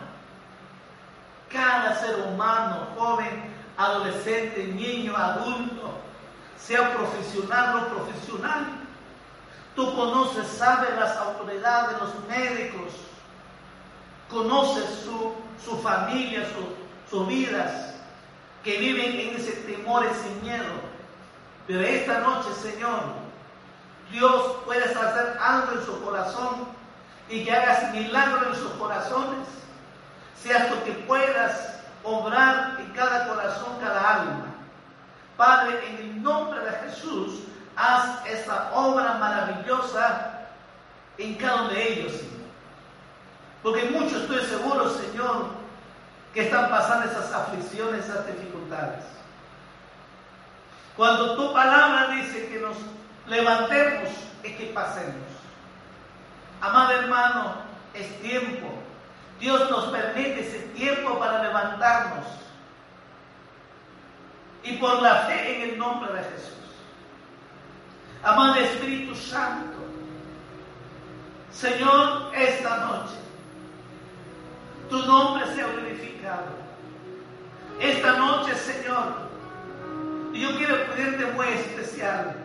joven, adolescente, niño, adulto, sea profesional o no profesional. Tú conoces, sabes las autoridades, los médicos, conoces su familia, sus vidas, que viven en ese temor, ese miedo. Pero esta noche, Señor, Dios, puedes hacer algo en su corazón y que hagas milagro en sus corazones. Seas tú que puedas obrar y cada corazón, cada alma. Padre, en el nombre de Jesús, haz esa obra maravillosa en cada uno de ellos, Señor. Porque muchos, estoy seguro, Señor, que están pasando esas aflicciones, esas dificultades. Cuando tu palabra dice que nos levantemos, es que pasemos. Amado hermano, es tiempo. Dios nos permite ese tiempo para levantarnos. Y por la fe en el nombre de Jesús. Amado Espíritu Santo, Señor, esta noche, tu nombre sea glorificado. Esta noche, Señor, yo quiero pedirte muy especial.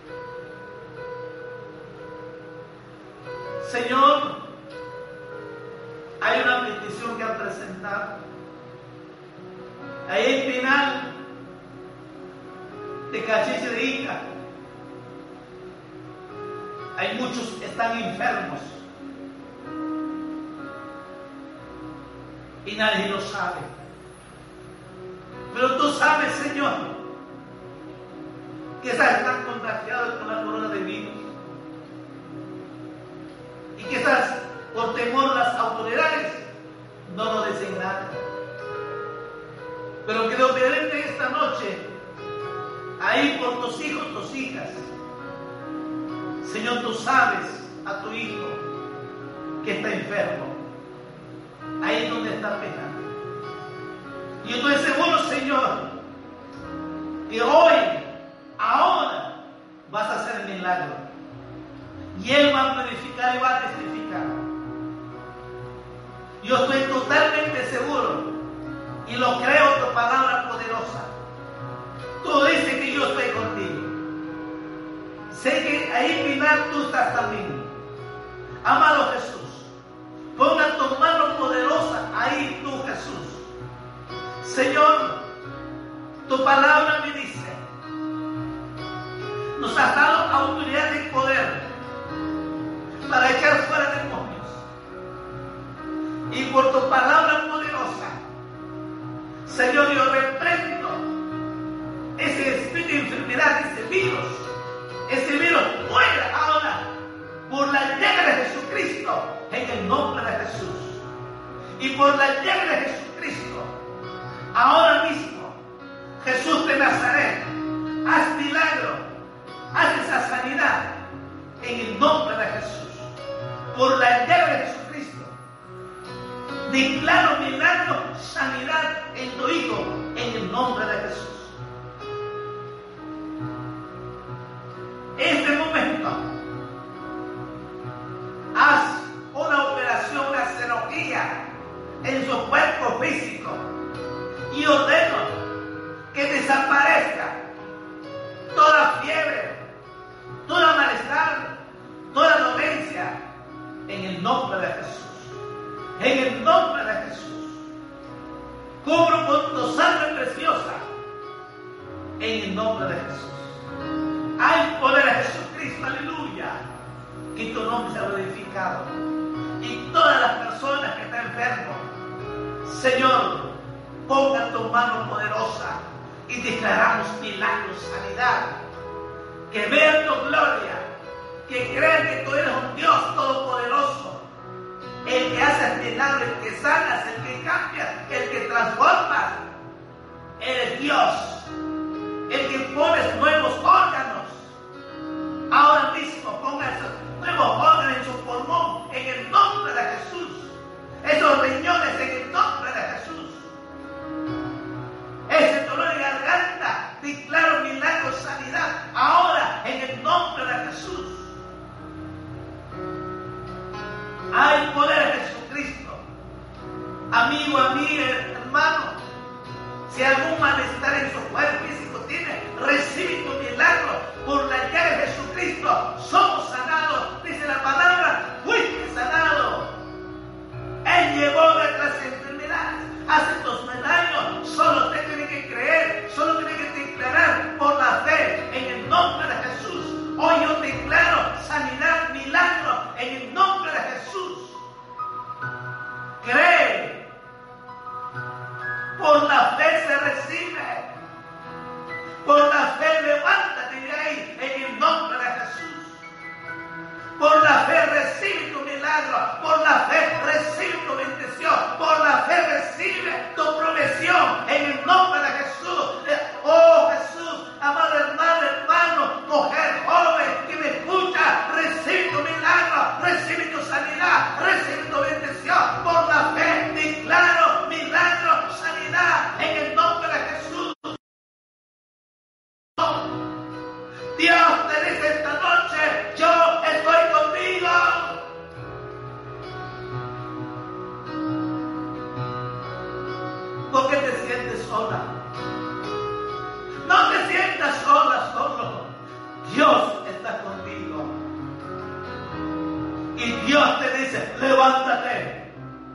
Señor, hay una petición que han presentado. Ahí en Pinal, de Cachiche de Ica, hay muchos que están enfermos y nadie lo sabe. Pero tú sabes, Señor, que están contagiados con la coronavirus y que por temor las autoridades no lo dicen nada. Pero quiero pedirte esta noche, ahí por tus hijos, tus hijas, Señor, tú sabes a tu hijo que está enfermo. Ahí es donde está penando. Y yo estoy seguro, Señor, que hoy, ahora, vas a hacer el milagro. Y Él va a purificar y va a testificar. Yo estoy totalmente seguro y lo creo, tu palabra poderosa. Tú dices que yo estoy contigo. Sé que ahí final tú estás también. Amado Jesús, ponga tu mano poderosa ahí tú, Jesús. Señor, tu palabra me dice, nos has dado autoridad y poder para echar fuera demonios. Y por tu palabra poderosa, Señor, yo reprendo ese espíritu de enfermedad, ese virus muera ahora por la llaga de Jesucristo, en el nombre de Jesús. Y por la llaga de Jesucristo, ahora mismo, Jesús de Nazaret, haz milagro, haz esa sanidad en el nombre de Jesús. Por la llaga de Jesucristo, declaro milagro, sanidad en tu Hijo, en el nombre de Jesús. Este momento, haz una operación, una cirugía en su cuerpo físico y ordeno que desaparezca toda fiebre, toda malestar, toda dolencia en el nombre de Jesús. En el nombre de Jesús. Cubro con tu sangre preciosa en el nombre de Jesús. Hay poder de Jesucristo, aleluya. Que tu nombre sea glorificado. Y todas las personas que están enfermos, Señor, ponga tu mano poderosa y declaramos milagros, sanidad. Que vean tu gloria, que crean que tú eres un Dios todopoderoso, el que hace milagros, el que sanas, el que cambia, el que transforma. Eres Dios, el que pones nuevos órganos. Ahora mismo ponga esos nuevos órganos en su pulmón, en el nombre de Jesús. Esos riñones en el nombre de Jesús. Ese dolor de garganta, declaro milagro, sanidad, ahora en el nombre de Jesús. Hay poder en Jesucristo. Amigo, amiga, hermano, si algún malestar en su cuerpo físico tiene, recibe tu milagro. Por la llaga de Jesucristo somos sanados. Dice la palabra, fuiste sanado. Él llevó nuestras enfermedades. Hace 2000 años. Solo usted tiene que creer, solo tiene que declarar por la fe en el nombre de Jesús. Hoy yo declaro sanidad, milagro en el nombre de Jesús. Cree por la fe se recibe. Por la fe levántate de ahí en el nombre de Jesús. Por la fe recibe tu milagro. Por la fe recibe tu bendición. Por la fe recibe tu provisión en el nombre de Jesús. Oh Jesús, amado hermano, mujer joven que me escucha, recibe tu milagro, recibe tu sanidad, recibe tu bendición. Por la fe declaro milagro, sanidad en el nombre de Jesús. Dios te dice esta noche, yo estoy contigo. ¿Por qué te sientes sola? No te sientas sola, solo. Dios está contigo. Y Dios te dice, levántate.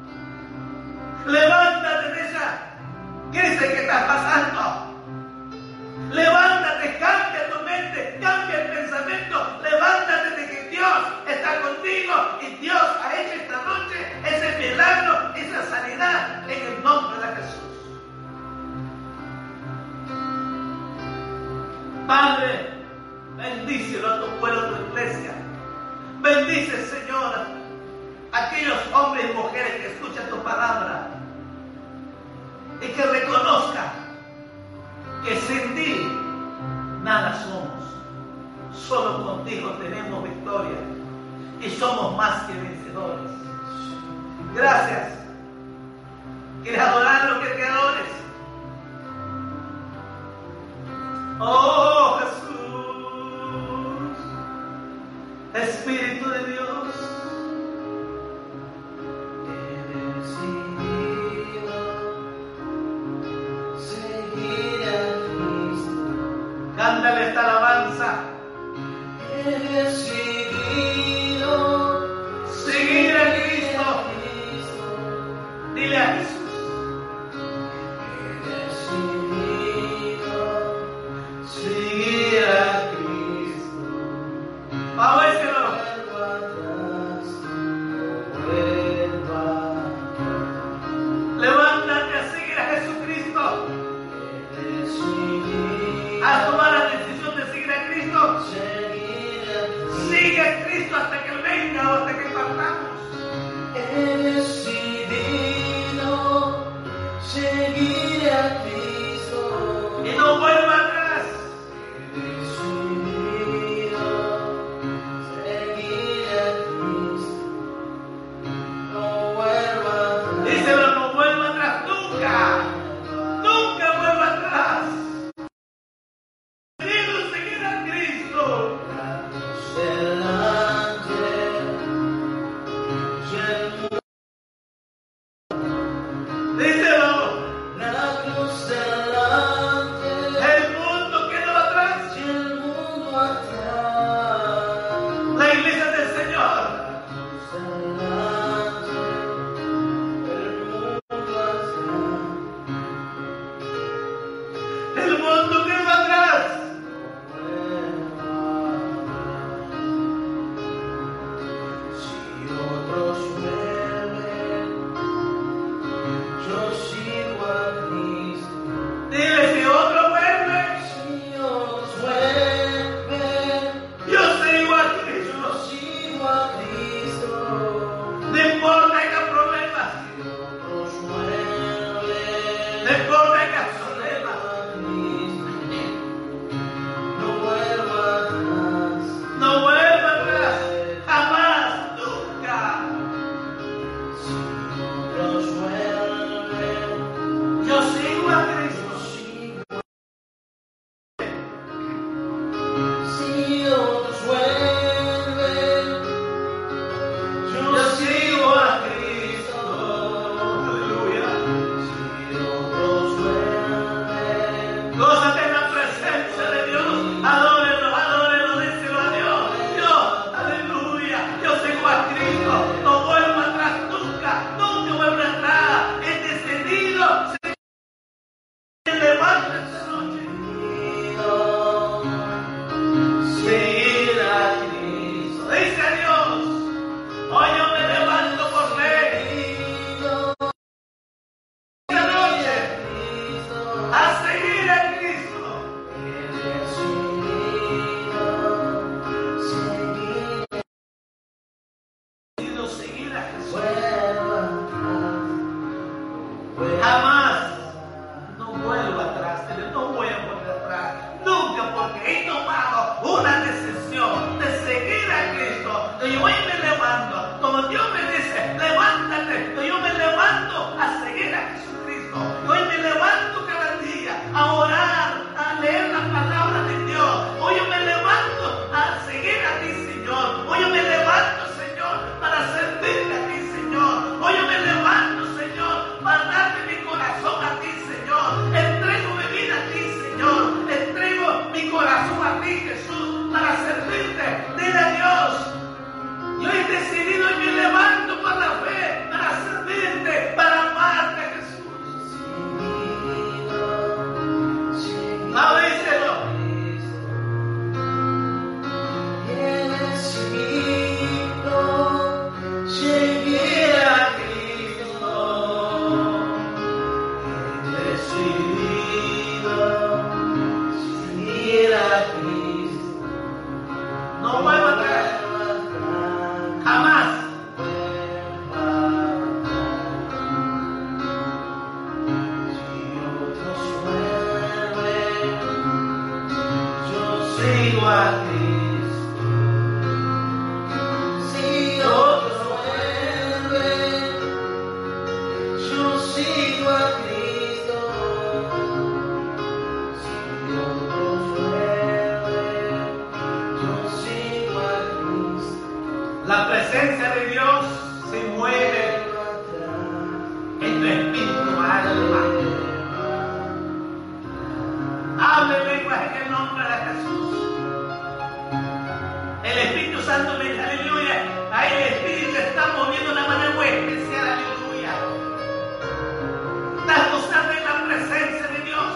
Levántate de esa crisis que estás pasando. Levántate, cambia tu mente, cambia el pensamiento. Levántate de que Dios está contigo y Dios ha hecho esta noche ese milagro, esa sanidad en el nombre de Jesús. Padre, bendícelo a tu pueblo, a tu iglesia. Bendice, Señor, a aquellos hombres y mujeres que escuchan tu palabra y que reconozcan que sin ti nada somos. Solo contigo tenemos victoria y somos más que vencedores. Gracias. ¿Quieres adorar lo que te adores? Oh Jesús, Espíritu de Dios. Cántale esta alabanza. He decidido seguir a Cristo. Dile a Jesús. He decidido seguir a Cristo. Vamos a decirlo. Levántate a seguir a Jesucristo. A tomar la decisión de seguir a Cristo. Sigue a Cristo hasta que Él venga o hasta que partamos. He decidido seguir a Cristo y no vuelva atrás. He decidido seguir a Cristo, no vuelva atrás. Díselo, no vuelva atrás nunca. Nunca vuelva atrás. Díselo. La cruz sigo a Cristo. Si otros vuelven, yo sigo a Cristo. Si otros vuelven, yo sigo a Cristo. La presencia de Dios se mueve en tu espíritu, alma. Hable lenguas en el nombre de Jesús. El Espíritu Santo me dice, aleluya. Ahí el Espíritu está moviendo de una manera muy especial, aleluya. Estás gozando en la presencia de Dios.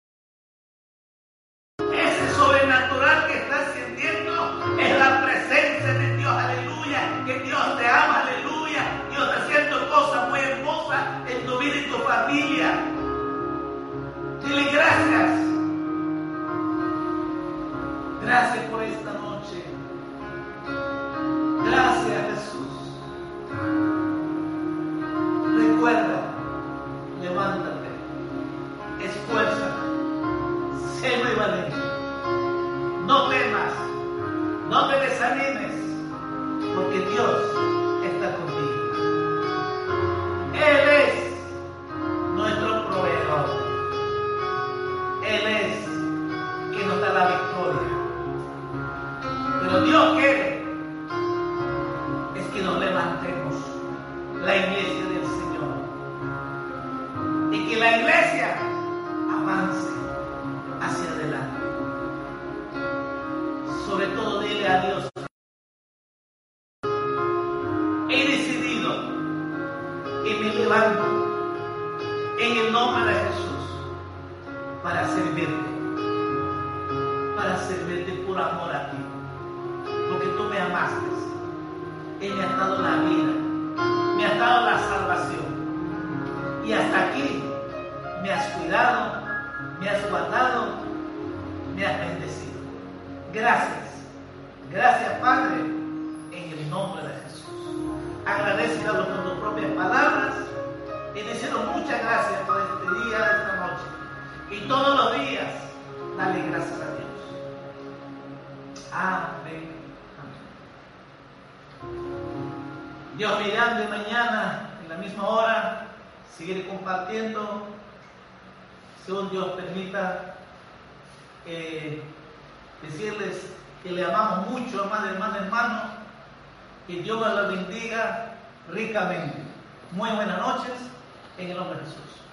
Ese sobrenatural que estás sintiendo es la presencia de Dios, aleluya. Que Dios te ama, aleluya. Dios está haciendo cosas muy hermosas en tu vida y tu familia. Dile gracias. Gracias por esta noche. Gracias, Jesús. Recuerda, levántate, esfuérzate, sé muy valiente. No temas, no te desanimes, porque Dios está contigo. Él es nuestro proveedor. Él es quien nos da la victoria. Pero Dios quiere es que nos levantemos, la iglesia del Señor, y que la iglesia avance hacia adelante. Sobre todo dile a Dios, he decidido y me levanto en el nombre de Jesús para servirte por amor a ti. Porque tú me amaste y me has dado la vida, me has dado la salvación, y hasta aquí me has cuidado, me has guardado, me has bendecido. Gracias Padre, en el nombre de Jesús. Agradecido con tus propias palabras y diciendo muchas gracias por este día, esta noche, y todos los días dale gracias a Dios. Amén. Dios mediante, mañana en la misma hora seguiré compartiendo, según Dios permita, decirles que le amamos mucho, amada hermano, que Dios me lo bendiga ricamente. Muy buenas noches, en el nombre de Jesús.